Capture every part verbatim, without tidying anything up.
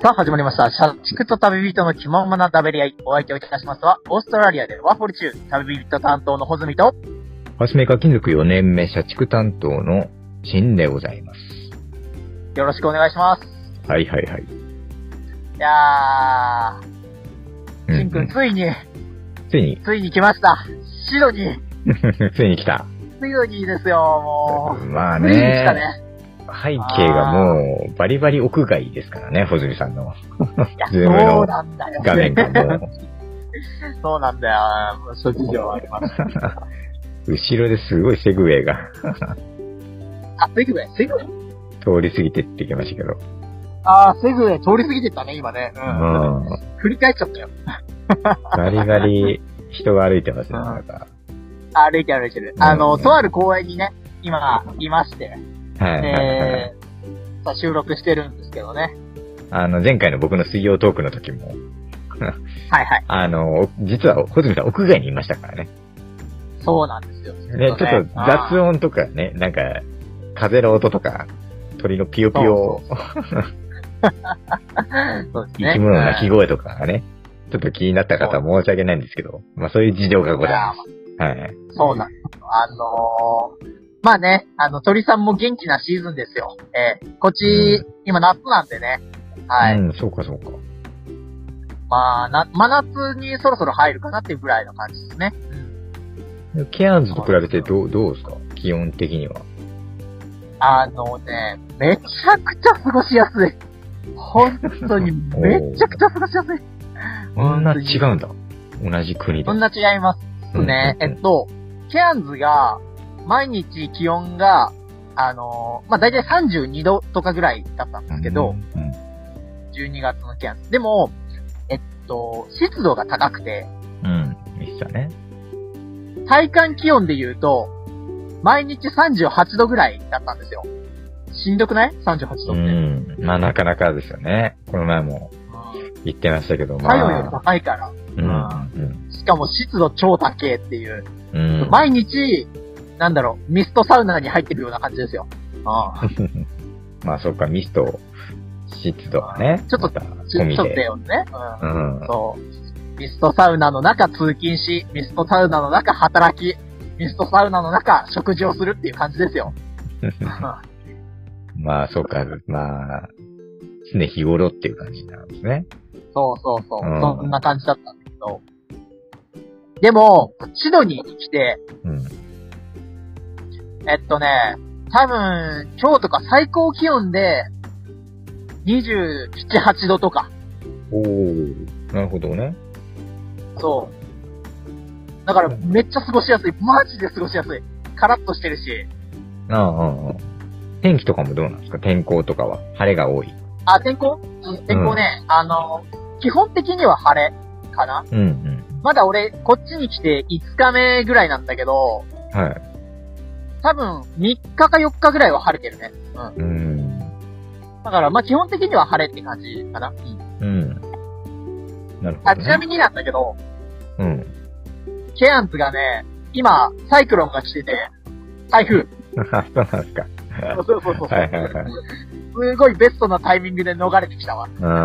さあ始まりました。社畜と旅人の気ままな食べり合い。お相手をいたしますは、オーストラリアでワーホリ中、旅人担当のホズミと、 ハウスメーカー金属よねんめ社畜担当のシンでございます。 よろしくお願いします。 はいはいはい。 いやー、シンくん、ついに、 ついに、 ついに来ました。シドニー。 ついに来た。 シドニーですよ、もう。 まあついに来たね。 ね。 背景がもうバリバリ屋外ですからね、ホズミさんの。 いや、 ズームのそうなんだよ。 画面がもう。 そうなんだよ。諸事情あります。 後ろですごいセグウェイがあ、セグウェイセグウェイ通り過ぎてってきましたけど。 あー、セグウェイ通り過ぎてったね、今ね。う。 うんん。 振り返っちゃったよ。 バリバリ人が歩いてますね、なんか。 歩いて歩いてる。あの、とある公園にね、今、いまして。 はいはいはい。 えー、さあ収録してるんですけどね。 あの、前回の僕の水曜トークの時も、 はいはい。 あの、実は、ホズミさん屋外にいましたからね。 そうなんですよ。 ね、ちょっと雑音とかね、なんか、風の音とか、鳥のピヨピヨ、 そうですね。 生き物の鳴き声とかがね、ちょっと気になった方は申し訳ないんですけど、まあそういう事情がございます。はい。 そうなんです。あのー、まあね、あの、鳥さんも元気なシーズンですよ。えー、こっち、うん、今夏なんでね。はい。 うん、そうかそうか。 まあ、な、真夏にそろそろ入るかなっていうぐらいの感じですね。 うん。ケアンズと比べてどう、どうですか？気温的には。 あのね、めちゃくちゃ過ごしやすい。本当にめちゃくちゃ過ごしやすい。 こんな違うんだ。同じ国で。 そんな違いますね。うんうんうん、えっと、ケアンズが、毎日気温が、あのー、まあ、だいたいさんじゅうにどとかぐらいだったんですけど、うんうん、じゅうにがつのケアンズ。でも、えっと、湿度が高くて、 うん、いいっすね。 体感気温で言うと、毎日さんじゅうはちどぐらいだったんですよ。しんどくない ?さんじゅうはちどって。 うん。まあ、なかなかですよね。この前も言ってましたけど、まあ。 体温より高いから。 うん。うん、 しかも湿度超高いっていう。 うん、 毎日、なんだろう、ミストサウナに入ってるような感じですよ。ああまあそうか、ミスト、湿度がね。 ちょっと、ちょっとだよね、うん。うん。そう。ミストサウナの中通勤し、ミストサウナの中働き、ミストサウナの中食事をするっていう感じですよ。 まあそうか、まあ、常日頃っていう感じなんですね。 そうそうそう。うん、そんな感じだったんだけど。でも、シドニーに来て、うん、えっとね、多分、今日とか最高気温で、にじゅうなな、はちどとか。 おー、なるほどね。 そう。だから、めっちゃ過ごしやすい。マジで過ごしやすい。カラッとしてるし。 ああ、ああ。天気とかもどうなんですか？天候とかは。晴れが多い。 あ、天候天候ね、うん、あの、基本的には晴れかな。 うんうん。 まだ俺、こっちに来ていつかめぐらいなんだけど、 はい。 多分、みっかかよっかぐらいは晴れてるね。うん。 うん。 だから、まあ、基本的には晴れって感じかな。 うん。うん。なるほど、ね。 あ、ちなみになんだけど、 うん。 ケアンズがね、今、サイクロンが来てて、台風。 あ、そうなんですか。 そうそうそう。 はいはいはい。 すごいベストなタイミングで逃れてきたわ。 うん。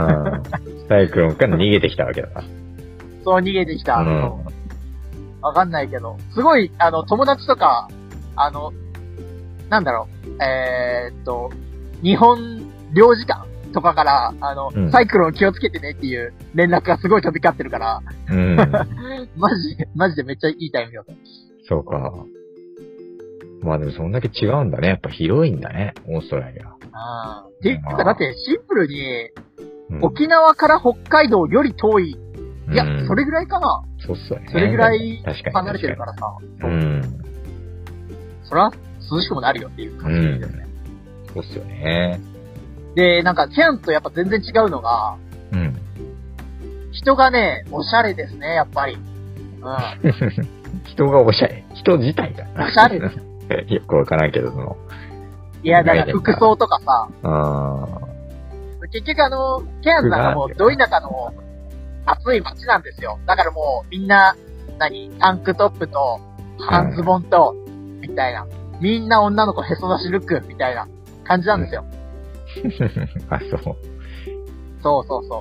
サイクロンから逃げてきたわけだな。 そう、逃げてきた。 うん。 わかんないけど、すごい、あの、友達とか、あの、なんだろう、えー、っと、日本領事館とかから、あの、うん、サイクロン気をつけてねっていう連絡がすごい飛び交ってるから、 うん、 マジで、マジでめっちゃいいタイミングだった。 そうか。まあでもそんだけ違うんだね。やっぱ広いんだね、オーストラリア。 ああ。っていうか、だってシンプルに、うん、沖縄から北海道より遠い。いや、うん、それぐらいかな。 そうっすよね。 それぐらい離れてるからさ。 うん。 そら、涼しくもなるよっていう感じですね。 うん、そうっすよね。 で、なんか、ケアンとやっぱ全然違うのが、 うん。 人がね、おしゃれですね、やっぱり。うん。 人がおしゃれ人自体が。 おしゃれです。 よくわからんけど、その。 いや、だから服装とかさ。 あ結局あの、ケアンさんがもう、ど田舎の暑い街なんですよ。だからもう、みんな、何タンクトップと、半ズボンと、みたいな。みんな女の子へそ出しルックみたいな感じなんですよ。 あ、そう。 そうそうそう。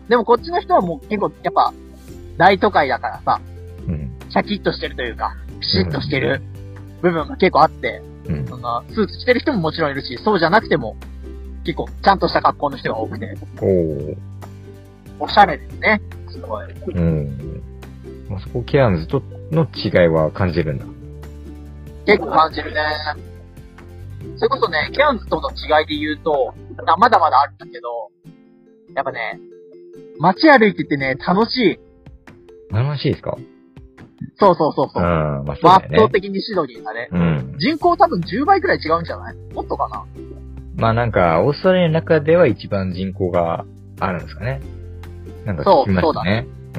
でもこっちの人はもう結構、やっぱ、大都会だからさ、うん。シャキッとしてるというか、ピシッとしてる部分が結構あって、うん。そんな、スーツ着てる人ももちろんいるし、そうじゃなくても、結構、ちゃんとした格好の人が多くて。おー。おしゃれですね。すごい。うん。 まあ、そこ、ケアンズとの違いは感じるんだ。 結構感じるね。それこそね、ケアンズとの違いで言うと、まだまだあるんだけど、やっぱね、街歩いててね、楽しい。 楽しいですか？ そうそうそうそう。うん、 まあそうだよね。 圧倒的にシドニーがね。うん。人口多分じゅうばいくらい違うんじゃない？もっとかな？ まあなんか、オーストラリアの中では一番人口があるんですかね。なんか聞きましたね。そう、そうだね。うん。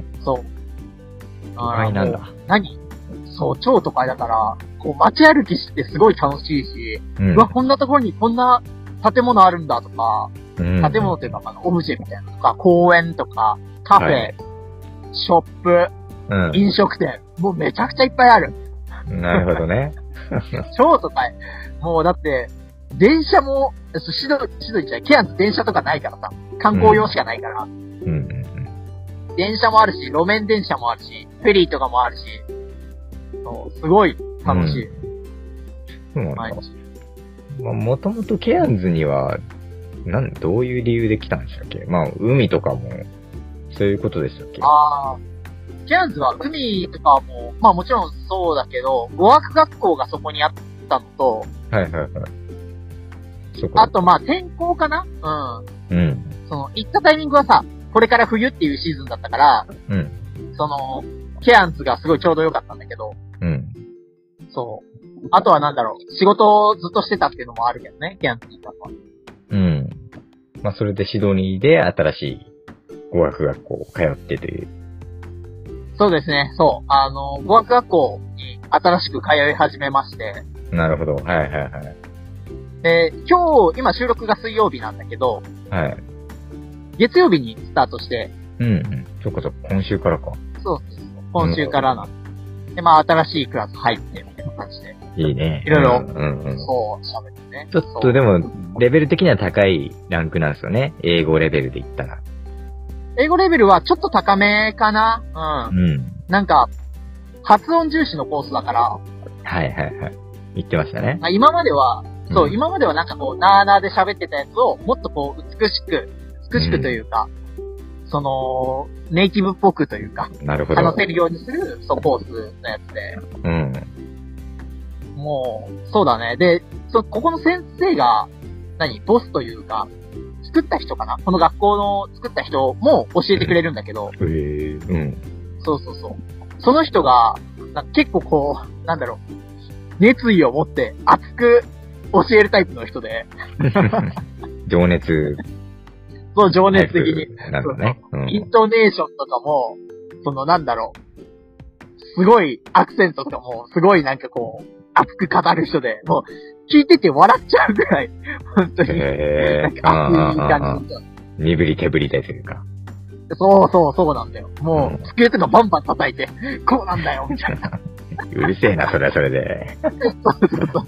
そう。 都会なんだ。 何？そう、超都会だから、こう街歩きしてすごい楽しいし、うん、うわ、こんなところにこんな建物あるんだとか、うん、建物というか、あの、オブジェみたいなのとか、公園とか、カフェ、はい、ショップ、うん、飲食店、もうめちゃくちゃいっぱいある。 なるほどね。 超都会。もうだって、電車も、シド、シドニーじゃない、ケアンズ電車とかないからさ、観光用しかないから、うんうんうん、電車もあるし、路面電車もあるし、フェリーとかもあるし、そうすごい楽しい。 うん、そうなんだ。まあ、もともとケアンズには、なん、どういう理由で来たんでしたっけ？まあ、海とかも、そういうことでしたっけ？ ああ。ケアンズは海とかも、まあもちろんそうだけど、語学学校がそこにあったのと、はいはいはい。そこあとまあ天候かな？うん。うん。その、行ったタイミングはさ、これから冬っていうシーズンだったから、うん。その、ケアンズがすごいちょうど良かったんだけど、うん。そう。あとはなんだろう、仕事をずっとしてたっていうのもあるけどね、ケアンズにいたのは。 うん。まあそれでシドニーで新しい語学学校通ってという。 そうですね、そう。あの、語学学校に新しく通い始めまして。 なるほど。はいはいはい。 で、今日、今収録が水曜日なんだけど、はい。月曜日にスタートして。 うん、うん。そっかそっか、今週からか。 そうそうそう。今週からなんで。で、まあ新しいクラス入って、みたいな感じで。 いいね。 いろいろ、うんうん、そう、喋ってね。 ちょっとでも、レベル的には高いランクなんですよね。英語レベルで言ったら。 英語レベルはちょっと高めかな。うん。うん。なんか、発音重視のコースだから。 はいはいはい。言ってましたね。 今までは、そう、うん、今まではなんかこう、なーなーで喋ってたやつを、もっとこう、美しく、美しくというか、うん、その、ネイティブっぽくというか、なるほど。話せるようにする、そう、コースのやつで。うん。もう、そうだね。で、そ、ここの先生が、何、ボスというか、作った人かな？この学校の作った人も教えてくれるんだけど。へぇ、うん。そうそうそう。その人が、結構こう、なんだろう、熱意を持って熱く教えるタイプの人で。 情熱。 そう、情熱的に。 なるほどね。 うん、イントネーションとかも、そのなんだろう、すごいアクセントとかも、すごいなんかこう、熱く語る人で、もう、聞いてて笑っちゃうぐらい、本当に。へー。なんか熱い感じ。 身振り手振りでというか。 そうそうそうなんだよ。もう、机とかバンバン叩いて、こうなんだよ、みたいな。 うるせえな、それはそれで。 そうそうそう。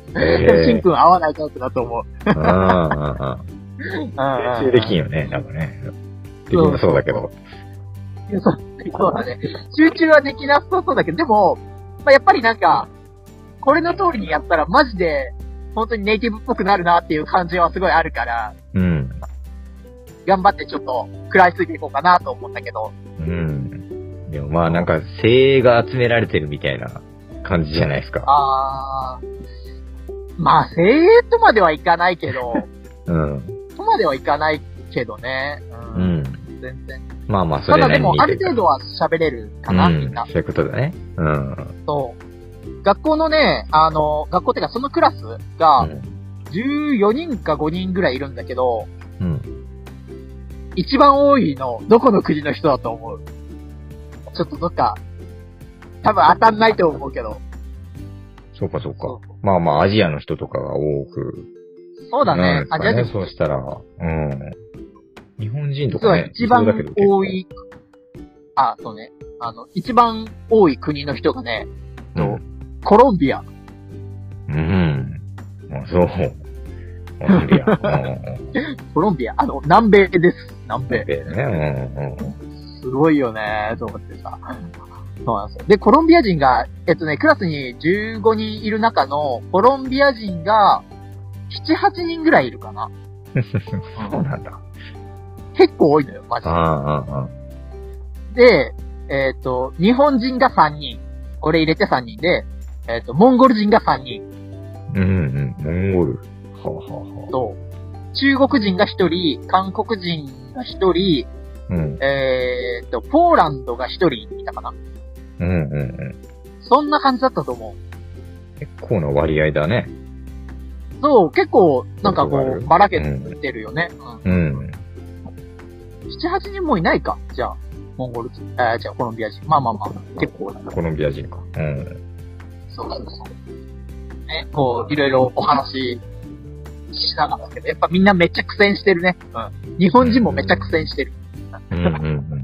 シンくん合わないタイプだと思う。うんうんうん。集中できんよね、多分ね。できなそうだけど。 そう、そうだね。集中はできなさそうだけど、でも、まあ、やっぱりなんか、これの通りにやったらマジで、本当にネイティブっぽくなるなっていう感じはすごいあるから、うん。頑張ってちょっと食らいついていこうかなと思うんだけど。 うん。でもまあなんか精鋭が集められてるみたいな感じじゃないですか。 ああ。まあ精鋭とまではいかないけど、うん。とまではいかないけどね。うん。うん、全然。 まあまあそれなりに。 ただでもある程度は喋れるかな、 うん、 みんな。 そういうことだね。うん。 そう。学校のね、あの、学校ってかそのクラスが、じゅうよにんかごにんぐらいいるんだけど、うん。一番多いの、どこの国の人だと思う？ちょっとどっか、多分当たんないと思うけど。 そうかそうか。そうそうまあまあ、アジアの人とかが多く。 そうだね。アジア人。 そうしたら、うん。日本人とかね。 一番多い、あ、そうね。あの、一番多い国の人がね、うん、コロンビア。 うん。あ、そう。 コロンビア。 コロンビア、あの、南米です。南米。 南米ね。うんうん、 すごいよね、と思ってさ。そうなんですよ。で、コロンビア人が、えっとね、クラスにじゅうごにんいる中の、コロンビア人が、なな、はちにんぐらいいるかな。 そうなんだ。 結構多いのよ、マジで。 ああああで、えっと、日本人がさんにん。俺入れてさんにんで、えっと、モンゴル人がさんにん。 うんうん、モンゴル。はあ、はあはあ、 と、中国人がひとり、韓国人がひとり、うん、えっと、ポーランドがひとりいたかな。 うんうんうん。 そんな感じだったと思う。 結構な割合だね。 そう、結構、なんかこう、ばらけてるよね。 うん。うん。 なな、はちにんもいないか。じゃあ、モンゴル人、えー、じゃあコロンビア人。まあまあまあ、結構。 コロンビア人か。うん。 そうそうそう。ね、こう、いろいろお話しながらだけど、やっぱみんなめっちゃ苦戦してるね。うん。日本人もめっちゃ苦戦してる。 うんうんうん。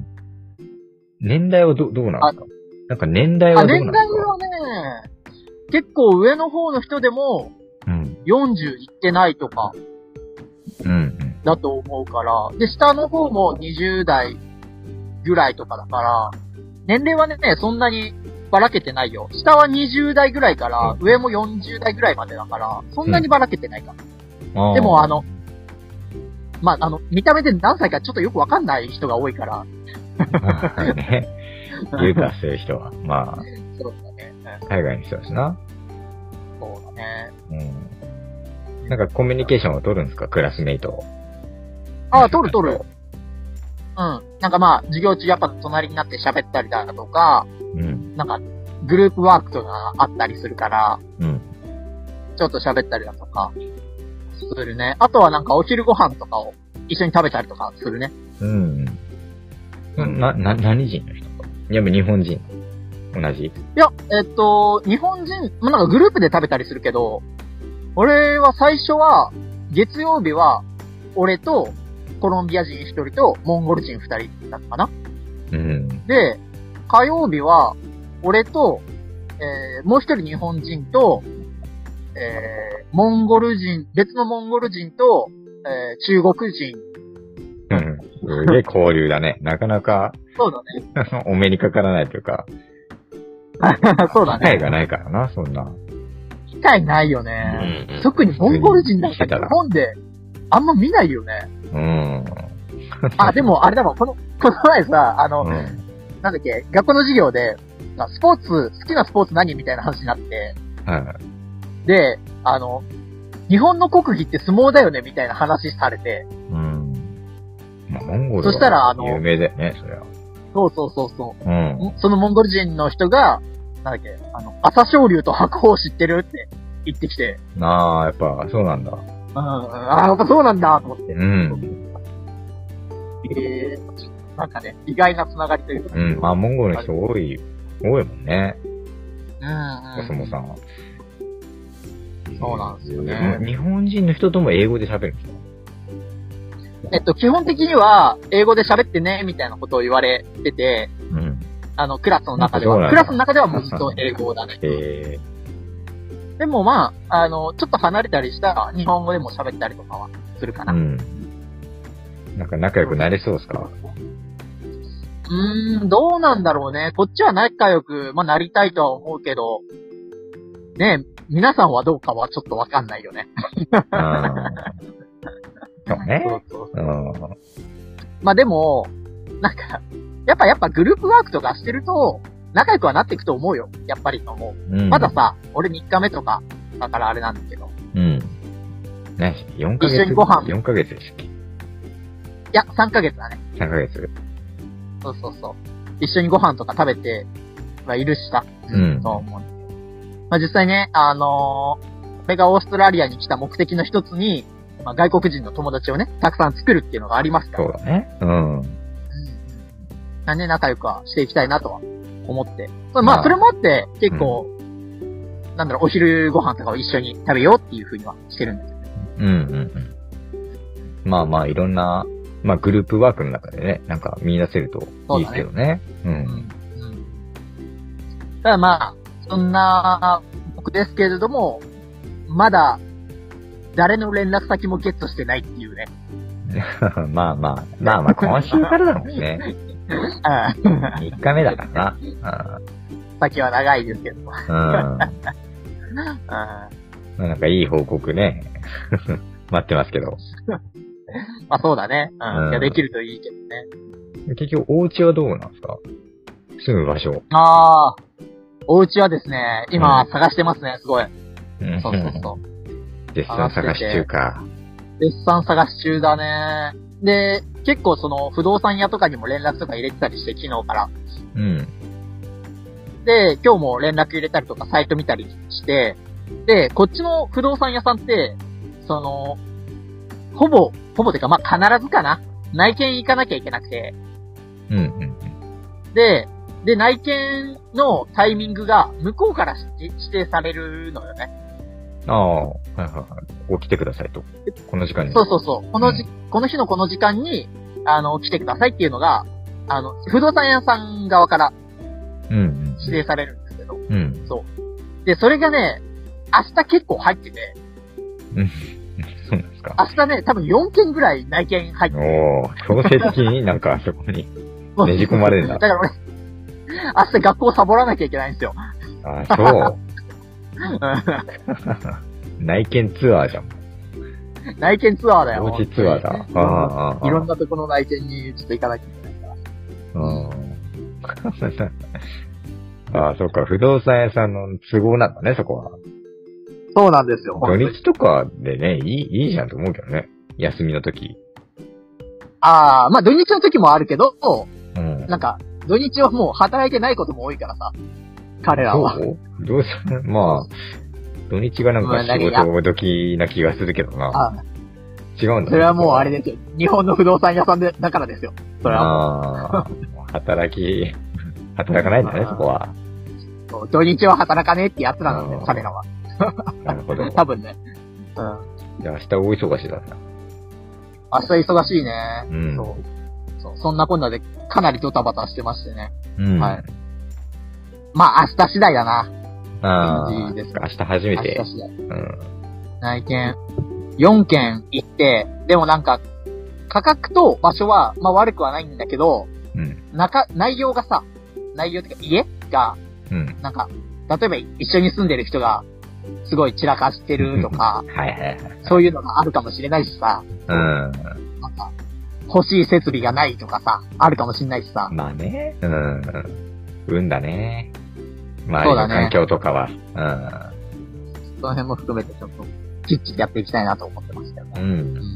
年代はど、どうなんですか？なんか年代はどうなんですか？ 年代はね、結構上の方の人でも、うん、よんじゅういってないとか、 うんうん、 だと思うから、で、下の方もにじゅう代ぐらいとかだから、年齢はね、そんなにばらけてないよ。下はにじゅう代ぐらいから、うん、上もよんじゅう代ぐらいまでだから、そんなにばらけてないかな。うん、でもあの、まあ、あの、見た目で何歳かちょっとよくわかんない人が多いから。 ね。言うたそういう人は。まあ。 そうだね。 海外の人だしな。 そうだね。 うん。なんかコミュニケーションを取るんですか？クラスメイト。 ああ、取る取る。うん。なんかまあ、授業中やっぱ隣になって喋ったりだとか、うん。なんか、グループワークとかあったりするから、うん。ちょっと喋ったりだとか、するね。あとはなんかお昼ご飯とかを一緒に食べたりとかするね。 うん。な、な、何人の人？やっぱ日本人同じ？いや、えっと、日本人、まあ、なんかグループで食べたりするけど、俺は最初は、月曜日は、俺とコロンビア人一人とモンゴル人二人だったかな。うん。で、火曜日は、俺と、えー、もう一人日本人と、えー、モンゴル人、別のモンゴル人と、えー、中国人。 うん。すげえ交流だね。なかなか。 そうだね。お目にかからないというか。 そうだね。 機会がないからな、そんな。 機会ないよね。うんうん、特にモンゴル人なんか日本であんま見ないよね。 うん。 あ、でもあれだもん、この、この前さ、あの、うん、なんだっけ、学校の授業で、スポーツ、好きなスポーツ何みたいな話になって、はい、で、あの、日本の国技って相撲だよねみたいな話されて、うん。 まあ、モンゴルそしたら、あの、 有名だよね、それは。 そうそうそうそう。うん。そのモンゴル人の人が、なんだっけ、あの、朝青龍と白鵬知ってるって言ってきて。 ああ、やっぱ、そうなんだ。うん。 ああ、やっぱそうなんだ、と思って。 うん。 えー、なんかね、意外なつながりというか。 うん。まあ、モンゴルの人多い、多いもんね。 うん、うん。 お相撲さんは。 そうなんですよね。 日本人の人とも英語で喋るんですか？ えっと、基本的には、英語で喋ってね、みたいなことを言われてて、うん、あの、クラスの中では。クラスの中ではもうずっと英語だね。へー。でもまあ、あの、ちょっと離れたりしたら、日本語でも喋ったりとかはするかな。うん。 なんか仲良くなれそうですか？ うーん、どうなんだろうね。こっちは仲良く、まあ、なりたいとは思うけど、ね、皆さんはどうかはちょっとわかんないよね。 そうね。 そうそうそう。うん、まあでも、なんか、やっぱやっぱグループワークとかしてると、仲良くはなっていくと思うよ。やっぱりと思う。うん、まださ、俺みっかめとか、だからあれなんだけど。 うん。ね、よんかげつ。 一緒にご飯。 よんかげつでしたっけ？いや、さんかげつだね。 さんかげつ。 そうそうそう。一緒にご飯とか食べてはいるしさ。うん。そう思う。まあ実際ね、あのー、俺がオーストラリアに来た目的の一つに、まあ、外国人の友達をね、たくさん作るっていうのがありますから。 そうだね。うん。うん。 なんで仲良くはしていきたいなとは思って。まあ、それもあって、結構、うん、なんだろう、お昼ご飯とかを一緒に食べようっていう風にはしてるんですよね。 うんうんうん。まあまあ、いろんな、まあ、グループワークの中でね、なんか見出せるといいですけどね。うねうん。うん。 ただまあ、そんな僕ですけれども、まだ、 誰の連絡先もゲットしてないっていうね。 まあまあ、まあまあ、今週からだもんね。みっかめだからな。 先は長いですけど。うん。 なんかいい報告ね。待ってますけど。 まあそうだね。うん。いや、できるといいけどね。 結局、お家はどうなんですか？住む場所。 ああ。お家はですね、今探してますね、すごい。うん、そうそうそう。 絶賛探し中か。 絶賛探し中だね。で、結構その不動産屋とかにも連絡とか入れてたりして、昨日から。 うん。 で、今日も連絡入れたりとかサイト見たりして、で、こっちの不動産屋さんって、その、ほぼ、ほぼてか、まあ、必ずかな。内見行かなきゃいけなくて。 うんうんうん。 で、で、内見のタイミングが向こうから指定されるのよね。 ああ、はいはいはい。起きてくださいと。この時間に。 そうそうそう。このじ、うん、この日のこの時間に、あの、来てくださいっていうのが、あの、不動産屋さん側から指定されるんですけど。 うん、うん。 そう。で、それがね、明日結構入ってて。 うん。そうなんですか。 明日ね、多分よんけんぐらい内見入ってて。 おー、強制的になんかそこにねじ込まれるんだ。 だから俺、明日学校サボらなきゃいけないんですよ。 ああ、そう。内見ツアーじゃん。 内見ツアーだよ。 おうちツアーだ。ああ。いろんなところの内見にちょっと行かなきゃいけないから。ああ、そっか。不動産屋さんの都合なんだね、そこは。 そうなんですよ。 土日とかでね、いい、いいじゃんと思うけどね。休みの時。 ああ、まあ土日の時もあるけど、 うん、 なんか、土日はもう働いてないことも多いからさ。彼らは。 そうどうせ、まあ、土日がなんか仕事時な気がするけどな。 ああ違うんだ、ね。 それはもうあれですよ。日本の不動産屋さんで、だからですよ。それはもう。 ああ、働き、働かないんだね、そこは。 そう土日は働かねえってやつらなんだよ、彼らは。 なるほど。 多分ね。うん。 じゃあ明日大忙しだな。 明日忙しいね。 うん。 そう。そう。そんなこんなでかなりドタバタしてましてね。 うん。 はい。まあ明日次第だな。 ああ。明日初めて。 明日次第。 うん。 内見、よんけん行って、でもなんか、価格と場所は、まあ悪くはないんだけど、 うん。 中、内容がさ、内容ってか家が、 うん。 なんか、例えば一緒に住んでる人が、すごい散らかしてるとか、 はいはいはい。 そういうのがあるかもしれないしさ、 うん。 なんか、欲しい設備がないとかさ、あるかもしれないしさ。 まあね。うん。運だね。まあ、そうだね。環境とかは。うん。 その辺も含めてちょっと、きっちりやっていきたいなと思ってますけどね。 うん。うん、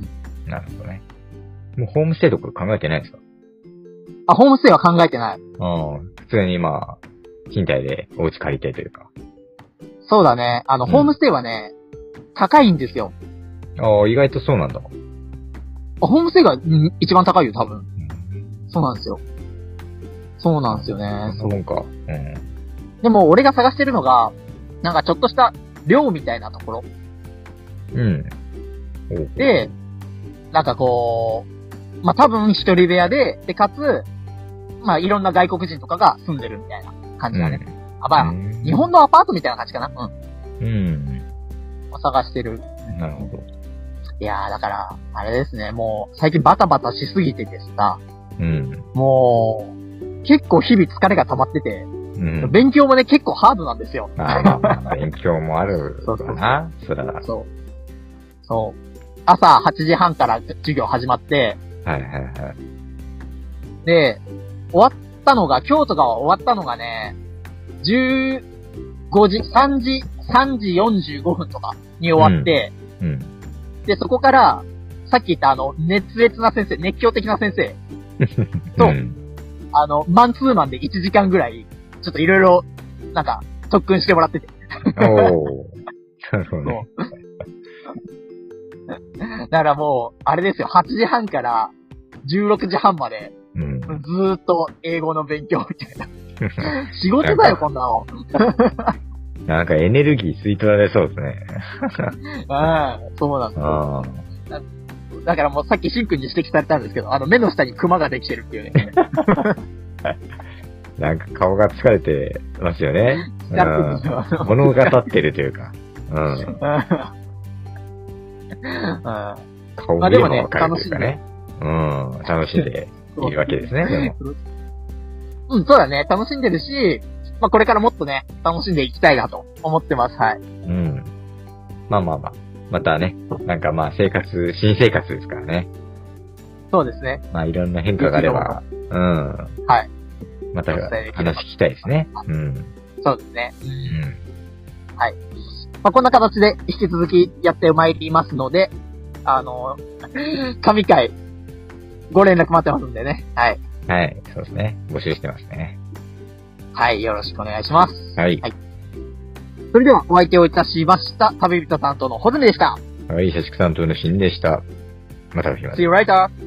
なるほどね。もうホームステイとか考えてないですか？ あ、ホームステイは考えてない。 うん。普通にまあ、賃貸でお家借りてというか。 そうだね。あの、うん、ホームステイはね、高いんですよ。 ああ、意外とそうなんだ。 あ、ホームステイが一番高いよ、多分。うん、そうなんですよ。そうなんですよね。 そうか。うん。 でも、俺が探してるのが、なんかちょっとした寮みたいなところ。 うん。 で、なんかこう、まあ、多分一人部屋で、で、かつ、まあ、いろんな外国人とかが住んでるみたいな感じだね。うん、あ、まあ、日本のアパートみたいな感じかな。 うん。うん。探してる。 なるほど。 いやー、だから、あれですね、もう、最近バタバタしすぎててさ、 うん。 もう、結構日々疲れが溜まってて、うん、勉強もね、結構ハードなんですよ。 ああ、勉強もあるかな。そうそうそう。 そう。そう。朝はちじはんから授業始まって、 はいはいはい。 で、終わったのが、今日とかは終わったのがね、じゅうごじ、さんじ、さんじよんじゅうごふんとかに終わって、 うん。うん、 で、そこから、さっき言ったあの、熱烈な先生、熱狂的な先生と、うん、あの、マンツーマンでいちじかんぐらい、ちょっといろいろ、なんか、特訓してもらってて。 おー。なるほど。 だからもう、あれですよ、はちじはんからじゅうろくじはんまで、 うん、ずーっと英語の勉強みたいな。仕事だよ、こんなの。 なんかエネルギー吸い取られそうですね。 うん、そうなんですよ。だからもうさっきシンくんに指摘されたんですけど、あの目の下にクマができてるっていうね。 なんか顔が疲れてますよね。うん、物語ってるというか。うん。 うん顔見ればわかるというかね。うん、楽しんでいるわけですね、でも。 うん、そうだね。楽しんでるし、まあこれからもっとね、楽しんでいきたいなと思ってます。はい。うん。まあまあまあ。またね、なんかまあ生活、新生活ですからね。 そうですね。 まあいろんな変化があれば、うん。 はい。 また話聞きたいですね。うん。 そうですね。うん。はい。まあこんな形で引き続きやってまいりますので、あの、神回、ご連絡待ってますんでね。はい。 はい、そうですね。募集してますね。 はい、よろしくお願いします。 はい。はい。 それではお相手をいたしました、旅人担当のホズミでした。 はい、社畜担当のシンでした。またお会いしましょう。 See you later!